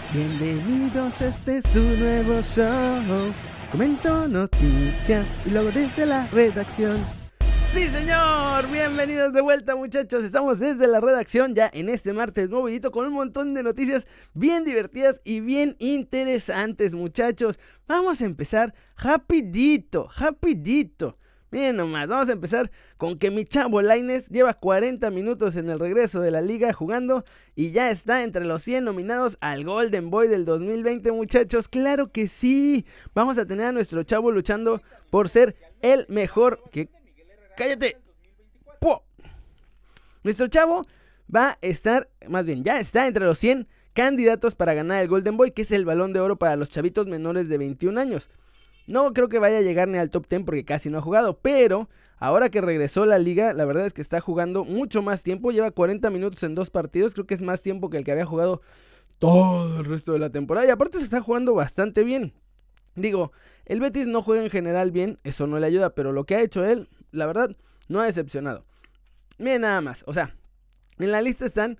Bienvenidos, este es su nuevo show. Comento noticias y luego desde la redacción. ¡Sí, señor! Bienvenidos de vuelta, muchachos. Estamos desde la redacción ya en este martes nuevo videito con un montón de noticias bien divertidas y bien interesantes, muchachos. Vamos a empezar rapidito. Miren nomás, vamos a empezar con que mi chavo Lainez lleva 40 minutos en el regreso de la liga jugando y ya está entre los 100 nominados al Golden Boy del 2020, muchachos. ¡Claro que sí! Vamos a tener a nuestro chavo luchando por ser el mejor... ¡Cállate! ¡Puh! Nuestro chavo va a estar, más bien, ya está entre los 100 candidatos para ganar el Golden Boy, que es el Balón de Oro para los chavitos menores de 21 años. No creo que vaya a llegar ni al top 10 porque casi no ha jugado, pero ahora que regresó a la liga, la verdad es que está jugando mucho más tiempo. Lleva 40 minutos en 2 partidos, creo que es más tiempo que el que había jugado todo el resto de la temporada. Y aparte se está jugando bastante bien. Digo, el Betis no juega en general bien, eso no le ayuda, pero lo que ha hecho él, la verdad, no ha decepcionado. Miren nada más, o sea, en la lista están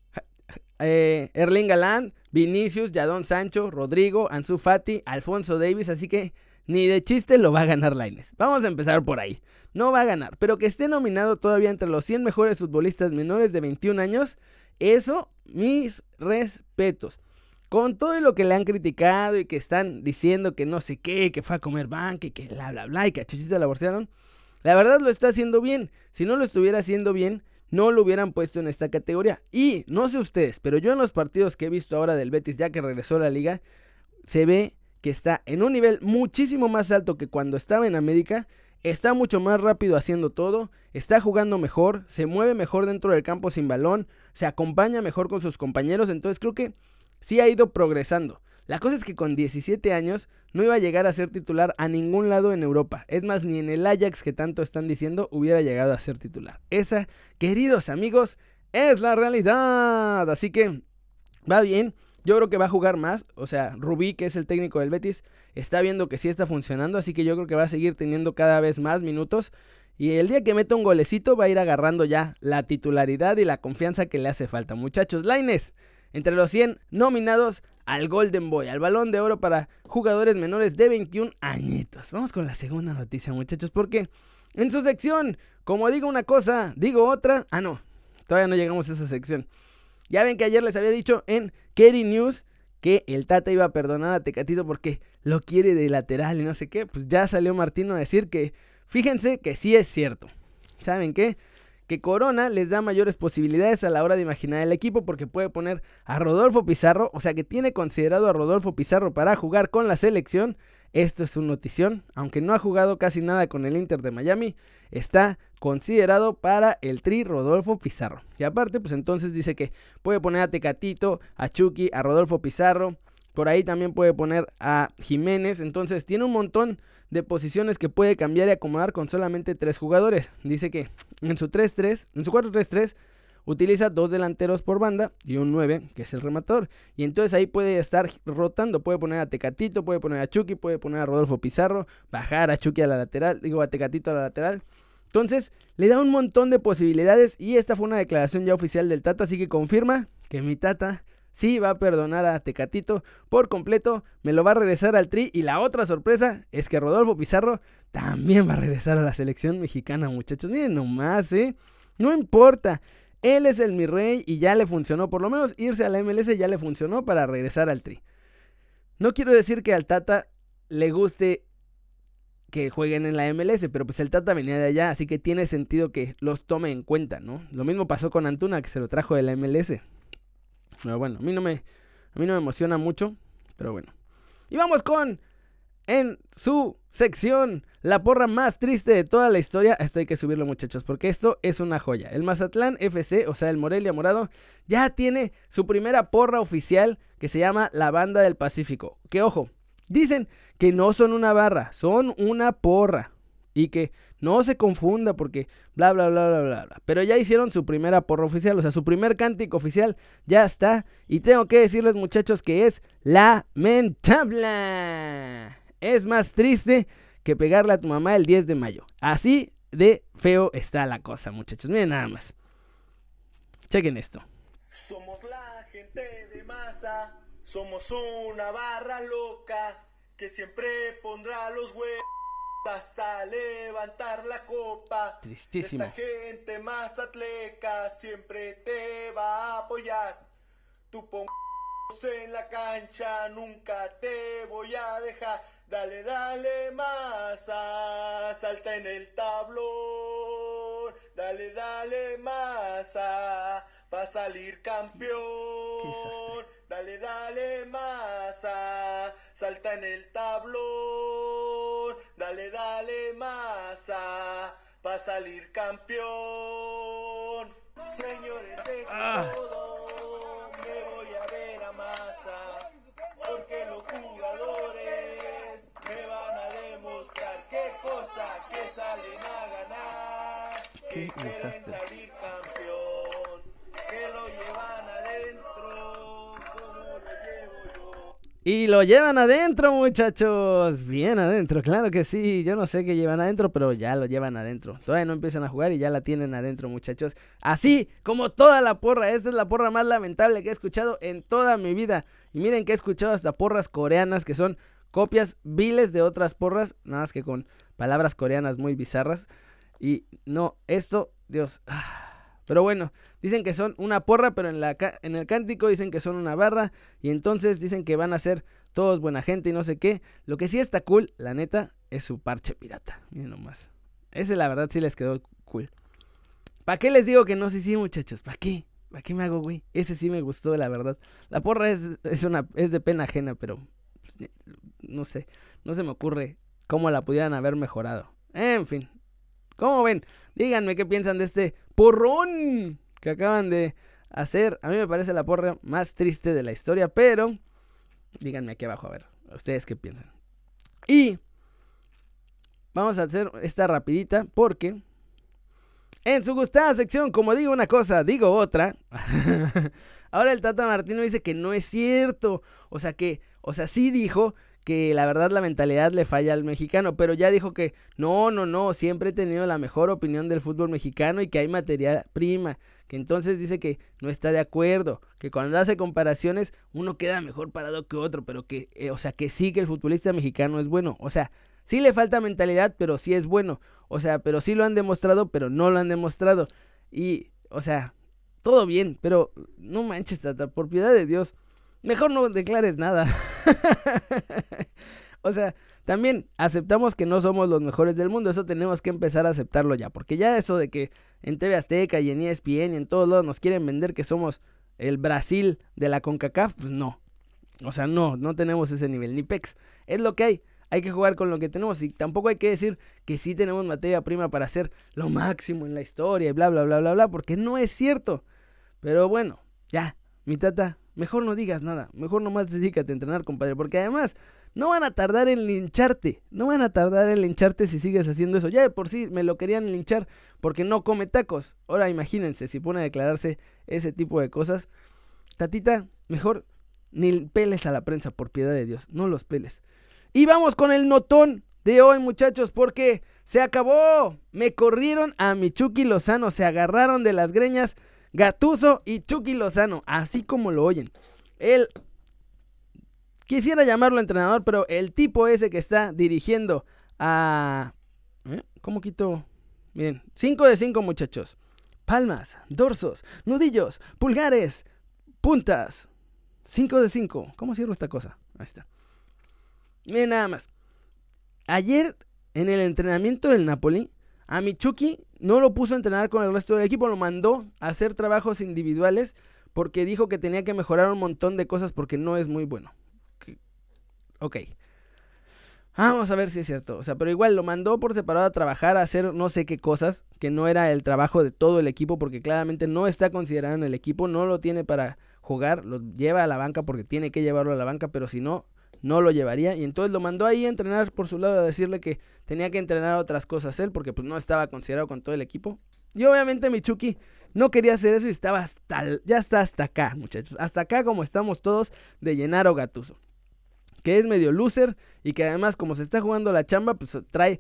Erling Haaland, Vinicius, Jadon Sancho, Rodrigo, Ansu Fati, Alphonso Davies, así que ni de chiste lo va a ganar Lainez. Vamos a empezar por ahí. No va a ganar, pero que esté nominado todavía entre los 100 mejores futbolistas menores de 21 años, eso, mis respetos. Con todo lo que le han criticado y que están diciendo que no sé qué, que fue a comer banca y que bla bla bla y que a Chuchita la borsearon, la verdad lo está haciendo bien. Si no lo estuviera haciendo bien, no lo hubieran puesto en esta categoría. Y no sé ustedes, pero yo en los partidos que he visto ahora del Betis, ya que regresó a la liga, se ve que está en un nivel muchísimo más alto que cuando estaba en América. Está mucho más rápido haciendo todo, está jugando mejor, se mueve mejor dentro del campo sin balón, se acompaña mejor con sus compañeros, entonces creo que sí ha ido progresando. La cosa es que con 17 años no iba a llegar a ser titular a ningún lado en Europa. Es más, ni en el Ajax que tanto están diciendo hubiera llegado a ser titular. Esa, queridos amigos, es la realidad. Así que va bien. Yo creo que va a jugar más. O sea, Rubí, que es el técnico del Betis, está viendo que sí está funcionando. Así que yo creo que va a seguir teniendo cada vez más minutos. Y el día que meta un golecito va a ir agarrando ya la titularidad y la confianza que le hace falta. Muchachos, Lainez, entre los 100 nominados al Golden Boy, al Balón de Oro para jugadores menores de 21 añitos. Vamos con la segunda noticia, muchachos, porque en su sección, como digo una cosa, digo otra. Ah, no, todavía no llegamos a esa sección. Ya ven que ayer les había dicho en Kerry News que el Tata iba a perdonar a Tecatito porque lo quiere de lateral y no sé qué. Pues ya salió Martino a decir que, fíjense que sí es cierto. ¿Saben qué? Que Corona les da mayores posibilidades a la hora de imaginar el equipo porque puede poner a Rodolfo Pizarro, o sea que tiene considerado a Rodolfo Pizarro para jugar con la selección. Esto es una notición, aunque no ha jugado casi nada con el Inter de Miami, está considerado para el Tri Rodolfo Pizarro. Y aparte, pues entonces dice que puede poner a Tecatito, a Chucky, a Rodolfo Pizarro, por ahí también puede poner a Jiménez, entonces tiene un montón de posiciones que puede cambiar y acomodar con solamente 3 jugadores. Dice que en su 3-3, en su 4-3-3 utiliza 2 delanteros por banda y un 9 que es el rematador. Y entonces ahí puede estar rotando, puede poner a Tecatito, puede poner a Chucky, puede poner a Rodolfo Pizarro, bajar a Chucky a la lateral, a Tecatito a la lateral. Entonces le da un montón de posibilidades y esta fue una declaración ya oficial del Tata, así que confirma que mi Tata sí va a perdonar a Tecatito por completo, me lo va a regresar al Tri. Y la otra sorpresa es que Rodolfo Pizarro también va a regresar a la selección mexicana, muchachos. Miren nomás, no importa, él es el mi rey y ya le funcionó, por lo menos irse a la MLS ya le funcionó para regresar al Tri. No quiero decir que al Tata le guste que jueguen en la MLS, pero pues el Tata venía de allá, así que tiene sentido que los tome en cuenta, ¿no? Lo mismo pasó con Antuna, que se lo trajo de la MLS. Pero bueno, a mí no me emociona mucho, pero bueno. Y vamos con, en su sección, la porra más triste de toda la historia. Esto hay que subirlo, muchachos, porque esto es una joya. El Mazatlán FC, o sea, el Morelia Morado, ya tiene su primera porra oficial que se llama la Banda del Pacífico. Que ojo, dicen que no son una barra, son una porra. Y que no se confunda porque bla bla bla bla bla bla. Pero ya hicieron su primera porra oficial, o sea, su primer cántico oficial ya está. Y tengo que decirles, muchachos, que es lamentable. Es más triste que pegarle a tu mamá el 10 de mayo. Así de feo está la cosa, muchachos. Miren nada más. Chequen esto. Somos la gente de masa. Somos una barra loca que siempre pondrá los huevos hasta levantar la copa. Tristísimo. Esta gente más atleca siempre te va a apoyar. Tú pon en la cancha, nunca te voy a dejar. Dale, dale masa, salta en el tablón. Dale, dale masa, pa' salir campeón. Dale, dale masa, salta en el tablón. Dale, dale masa, pa' salir campeón. Señores de todo, me voy a ver a Masa, porque los jugadores me van a demostrar qué cosa que salen a ganar, que quieren salir campeón, que lo llevan adentro, como lo llevo yo. Y lo llevan adentro, muchachos. Bien adentro, claro que sí. Yo no sé qué llevan adentro, pero ya lo llevan adentro. Todavía no empiezan a jugar y ya la tienen adentro, muchachos. Así como toda la porra. Esta es la porra más lamentable que he escuchado en toda mi vida. Y miren que he escuchado hasta porras coreanas que son copias viles de otras porras, nada más que con palabras coreanas muy bizarras. Y no, esto, Dios. Pero bueno, dicen que son una porra, pero en el cántico dicen que son una barra. Y entonces dicen que van a ser todos buena gente y no sé qué. Lo que sí está cool, la neta, es su parche pirata. Miren nomás. Ese la verdad sí les quedó cool. ¿Para qué les digo que no? Sí, muchachos. ¿Para qué? ¿Para qué me hago, güey? Ese sí me gustó, la verdad. La porra es de pena ajena, pero no sé. No se me ocurre cómo la pudieran haber mejorado. En fin. ¿Cómo ven? Díganme qué piensan de este porrón que acaban de hacer. A mí me parece la porra más triste de la historia, pero díganme aquí abajo, a ver, ustedes qué piensan. Y vamos a hacer esta rapidita porque en su gustada sección, como digo una cosa, digo otra. Ahora el Tata Martino dice que no es cierto. O sea, sí dijo que la verdad la mentalidad le falla al mexicano, pero ya dijo que no, siempre he tenido la mejor opinión del fútbol mexicano y que hay materia prima, que entonces dice que no está de acuerdo, que cuando hace comparaciones uno queda mejor parado que otro, pero que, que sí, que el futbolista mexicano es bueno, o sea, sí le falta mentalidad, pero sí es bueno, o sea, pero sí lo han demostrado, pero no lo han demostrado, y, o sea, todo bien, pero no manches, Tata, por piedad de Dios, mejor no declares nada. O sea, también aceptamos que no somos los mejores del mundo. Eso tenemos que empezar a aceptarlo ya. Porque ya eso de que en TV Azteca y en ESPN y en todos lados nos quieren vender que somos el Brasil de la CONCACAF, pues no. O sea, no tenemos ese nivel, ni pex. Es lo que hay. Hay que jugar con lo que tenemos. Y tampoco hay que decir que sí tenemos materia prima para hacer lo máximo en la historia y bla, bla, bla, bla, bla. Porque no es cierto. Pero bueno, ya, mi Tata, mejor no digas nada, mejor nomás dedícate a entrenar, compadre, porque además no van a tardar en lincharte, si sigues haciendo eso. Ya de por sí me lo querían linchar porque no come tacos. Ahora imagínense si pone a declararse ese tipo de cosas. Tatita, mejor ni peles a la prensa, por piedad de Dios, no los peles. Y vamos con el notón de hoy, muchachos, porque se acabó. Me corrieron a mi Chucky Lozano, se agarraron de las greñas Gattuso y Chucky Lozano, así como lo oyen. Él, quisiera llamarlo entrenador, pero el tipo ese que está dirigiendo a... ¿Cómo quito? Miren, 5 de 5, muchachos. Palmas, dorsos, nudillos, pulgares, puntas. 5 de 5. ¿Cómo cierro esta cosa? Ahí está. Miren nada más. Ayer, en el entrenamiento del Napoli, a mi Chucky no lo puso a entrenar con el resto del equipo, lo mandó a hacer trabajos individuales porque dijo que tenía que mejorar un montón de cosas porque no es muy bueno. Ok. Vamos a ver si es cierto. O sea, pero igual lo mandó por separado a trabajar, a hacer no sé qué cosas, que no era el trabajo de todo el equipo porque claramente no está considerado en el equipo, no lo tiene para jugar, lo lleva a la banca porque tiene que llevarlo a la banca, pero si no, no lo llevaría. Y entonces lo mandó ahí a entrenar por su lado, a decirle que tenía que entrenar otras cosas él porque pues no estaba considerado con todo el equipo. Y obviamente mi Chucky no quería hacer eso y estaba ya está hasta acá, muchachos. Hasta acá como estamos todos de Gennaro Gattuso, que es medio loser y que además como se está jugando la chamba, pues trae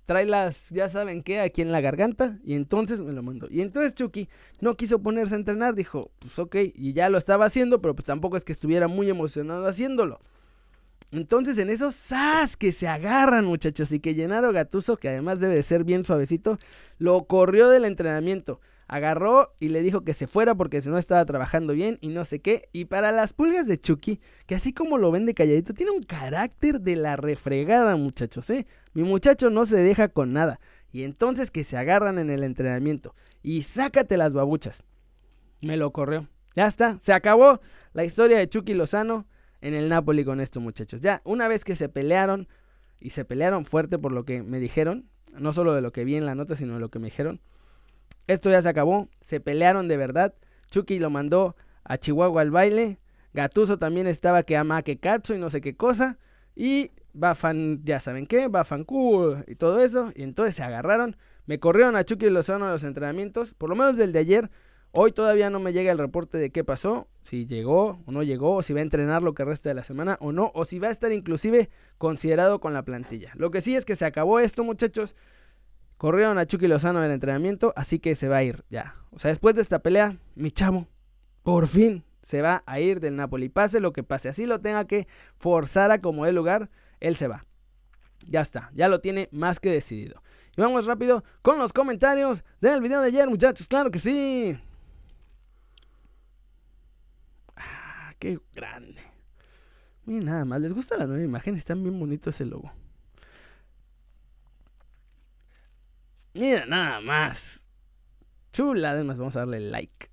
trae las, ya saben qué, aquí en la garganta, y entonces me lo mandó. Y entonces Chucky no quiso ponerse a entrenar, dijo, pues ok, y ya lo estaba haciendo, pero pues tampoco es que estuviera muy emocionado haciéndolo. Entonces en eso, ¡zas!, que se agarran, muchachos, y que Gennaro Gattuso, que además debe de ser bien suavecito, lo corrió del entrenamiento. Agarró y le dijo que se fuera porque si no estaba trabajando bien y no sé qué. Y para las pulgas de Chucky, que así como lo ven de calladito, tiene un carácter de la refregada, muchachos, Mi muchacho no se deja con nada. Y entonces que se agarran en el entrenamiento. Y sácate las babuchas. Me lo corrió. Ya está, se acabó la historia de Chucky Lozano en el Napoli con esto, muchachos. Ya, una vez que se pelearon, y se pelearon fuerte por lo que me dijeron, no solo de lo que vi en la nota, sino de lo que me dijeron, esto ya se acabó, se pelearon de verdad. Chucky lo mandó a Chihuahua al baile. Gattuso también estaba que ama que Katsu y no sé qué cosa. Y Bafan, ya saben qué, Bafan cool y todo eso. Y entonces se agarraron. Me corrieron a Chucky Lozano a los entrenamientos, por lo menos del de ayer. Hoy todavía no me llega el reporte de qué pasó, si llegó o no llegó, o si va a entrenar lo que resta de la semana o no, o si va a estar inclusive considerado con la plantilla. Lo que sí es que se acabó esto, muchachos. Corrieron a Chucky Lozano del entrenamiento, así que se va a ir ya. O sea, después de esta pelea, mi chavo, por fin se va a ir del Napoli. Pase lo que pase, así lo tenga que forzar a como el lugar, él se va. Ya está, ya lo tiene más que decidido. Y vamos rápido con los comentarios del video de ayer, muchachos, claro que sí. Ah, qué grande. Miren nada más, ¿les gusta la nueva imagen? Están bien bonitos ese logo. Mira nada más. Chula, además vamos a darle like.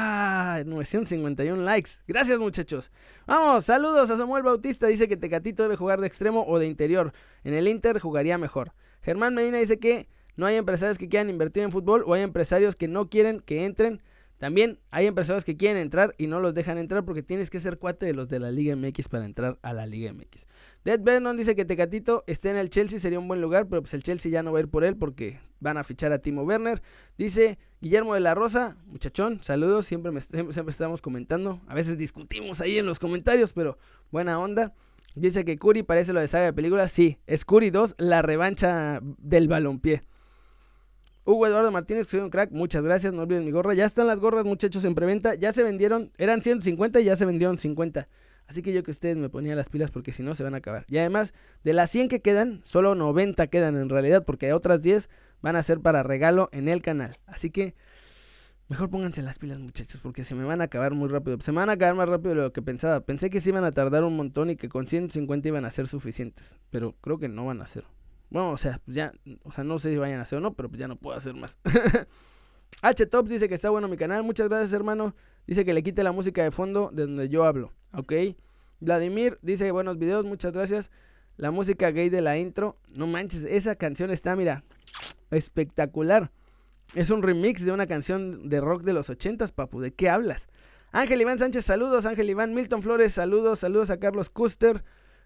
951 likes. Gracias, muchachos. Vamos, saludos a Samuel Bautista. Dice que Tecatito debe jugar de extremo o de interior. En el Inter jugaría mejor. Germán Medina dice que no hay empresarios que quieran invertir en fútbol o hay empresarios que no quieren que entren. También hay empresarios que quieren entrar y no los dejan entrar porque tienes que ser cuate de los de la Liga MX para entrar a la Liga MX. Dead Vernon dice que Tecatito esté en el Chelsea, sería un buen lugar, pero pues el Chelsea ya no va a ir por él porque van a fichar a Timo Werner. Dice Guillermo de la Rosa, muchachón, saludos, siempre estamos comentando, a veces discutimos ahí en los comentarios, pero buena onda. Dice que Curry parece lo de saga de películas, sí, es Curry 2, la revancha del balompié. Hugo Eduardo Martínez, que soy un crack, muchas gracias, no olviden mi gorra. Ya están las gorras, muchachos, en preventa, ya se vendieron, eran 150 y ya se vendieron 50. Así que yo que ustedes me ponía las pilas porque si no se van a acabar. Y además, de las 100 que quedan, solo 90 quedan en realidad porque otras 10 van a ser para regalo en el canal. Así que mejor pónganse las pilas, muchachos, porque se me van a acabar muy rápido. Se me van a acabar más rápido de lo que pensaba. Pensé que se iban a tardar un montón y que con 150 iban a ser suficientes. Pero creo que no van a ser. Bueno, o sea, pues ya, no sé si vayan a hacer o no, pero pues ya no puedo hacer más. H-Tops dice que está bueno mi canal. Muchas gracias, hermano. Dice que le quite la música de fondo de donde yo hablo. Ok. Vladimir dice buenos videos, muchas gracias. La música gay de la intro. No manches, esa canción está, mira, espectacular. Es un remix de una canción de rock de los 80s, papu. ¿De qué hablas? Ángel Iván Sánchez, saludos. Ángel Iván Milton Flores, saludos. Saludos a Carlos Custer.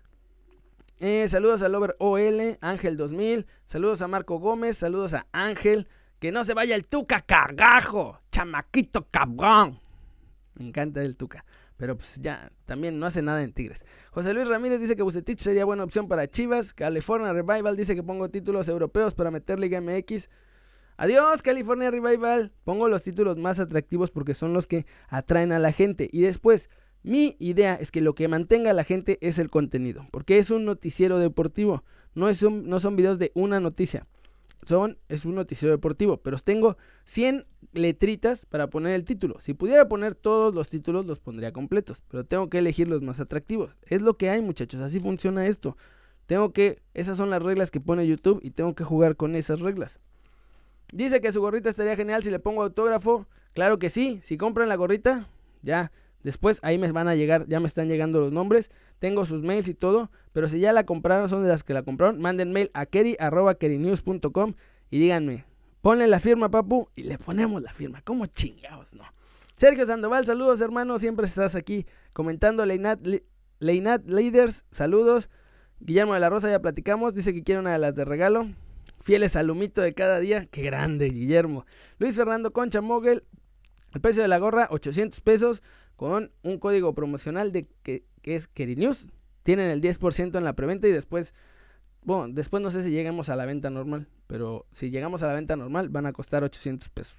Saludos a Lover OL, Ángel 2000. Saludos a Marco Gómez. Saludos a Ángel. Que no se vaya el Tuca, cagajo. Chamaquito cabrón. Me encanta el Tuca. Pero pues ya también no hace nada en Tigres. José Luis Ramírez dice que Vucetich sería buena opción para Chivas. California Revival dice que pongo títulos europeos para meter Liga MX. Adiós, California Revival. Pongo los títulos más atractivos porque son los que atraen a la gente. Y después, mi idea es que lo que mantenga a la gente es el contenido. Porque es un noticiero deportivo. No son videos de una noticia. Es un noticiero deportivo, pero tengo 100 letritas para poner el título. Si pudiera poner todos los títulos, los pondría completos, pero tengo que elegir los más atractivos. Es lo que hay, muchachos, así funciona esto. Esas son las reglas que pone YouTube y tengo que jugar con esas reglas. Dice que su gorrita estaría genial si le pongo autógrafo. Claro que sí, si compran la gorrita, ya. Después ahí me van a llegar, ya me están llegando los nombres, tengo sus mails y todo, pero si ya la compraron, son de las que la compraron, manden mail a keri@kerinews.com y díganme, ponle la firma, papu, y le ponemos la firma, ¿cómo chingados, no? Sergio Sandoval, saludos, hermano, siempre estás aquí comentando. Leinat Leaders, saludos. Guillermo de la Rosa, ya platicamos, dice que quiere una de las de regalo. Fieles al humito de cada día, qué grande, Guillermo. Luis Fernando Concha Mogel, el precio de la gorra, 800 pesos. Con un código promocional que es Kerinews. Tienen el 10% en la preventa y después Bueno, después no sé si lleguemos a la venta normal, pero si llegamos a la venta normal van a costar 800 pesos.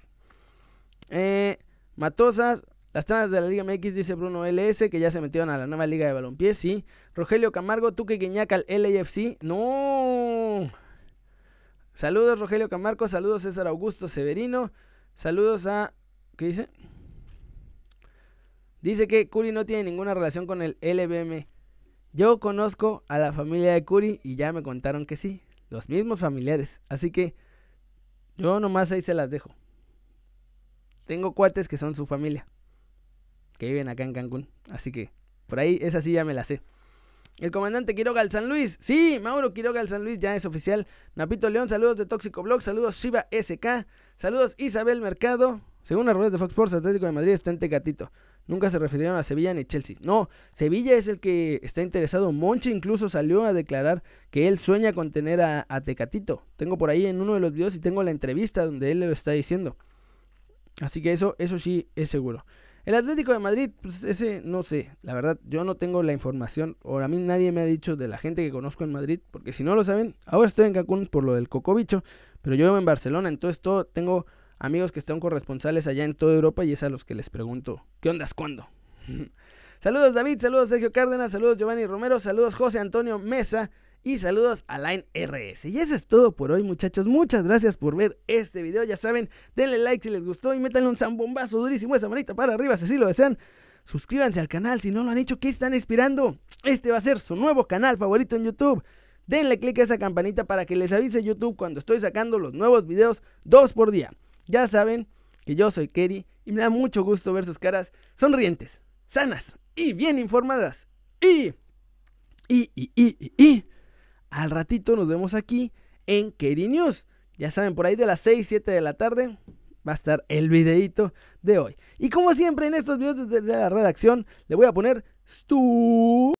Matosas, las tranas de la Liga MX, dice Bruno LS, que ya se metieron a la nueva Liga de Balompié, sí. Rogelio Camargo, tú que guiñaca al LAFC, no. Saludos Rogelio Camargo, saludos César Augusto Severino, saludos a... ¿Qué dice? Dice que Curi no tiene ninguna relación con el LBM. Yo conozco a la familia de Curi y ya me contaron que sí, los mismos familiares, así que yo nomás ahí se las dejo. Tengo cuates que son su familia, que viven acá en Cancún, así que por ahí esa sí ya me la sé. El comandante Quiroga al San Luis, sí, Mauro Quiroga al San Luis ya es oficial. Napito León, saludos de Tóxico Blog, saludos Shiva SK, saludos Isabel Mercado. Según las redes de Fox Sports, Atlético de Madrid está en Tecatito. Nunca se refirieron a Sevilla ni Chelsea. No, Sevilla es el que está interesado. Monchi incluso salió a declarar que él sueña con tener a Tecatito. Tengo por ahí en uno de los videos y tengo la entrevista donde él lo está diciendo. Así que eso sí es seguro. El Atlético de Madrid, pues ese no sé. La verdad, yo no tengo la información. O a mí nadie me ha dicho de la gente que conozco en Madrid. Porque si no lo saben, ahora estoy en Cancún por lo del Cocobicho. Pero yo vivo en Barcelona, entonces tengo amigos que están corresponsales allá en toda Europa y es a los que les pregunto, ¿qué ondas cuándo? Saludos David, saludos Sergio Cárdenas, saludos Giovanni Romero, saludos José Antonio Mesa y saludos a Line RS. Y eso es todo por hoy, muchachos. Muchas gracias por ver este video. Ya saben, denle like si les gustó y métanle un zambombazo durísimo, esa manita para arriba si así lo desean. Suscríbanse al canal si no lo han hecho. ¿Qué están esperando? Este va a ser su nuevo canal favorito en YouTube. Denle click a esa campanita para que les avise YouTube cuando estoy sacando los nuevos videos 2 por día. Ya saben que yo soy Kerry y me da mucho gusto ver sus caras sonrientes, sanas y bien informadas. Y al ratito nos vemos aquí en Kerry News. Ya saben, por ahí de las 6, 7 de la tarde va a estar el videito de hoy. Y como siempre en estos videos desde la redacción le voy a poner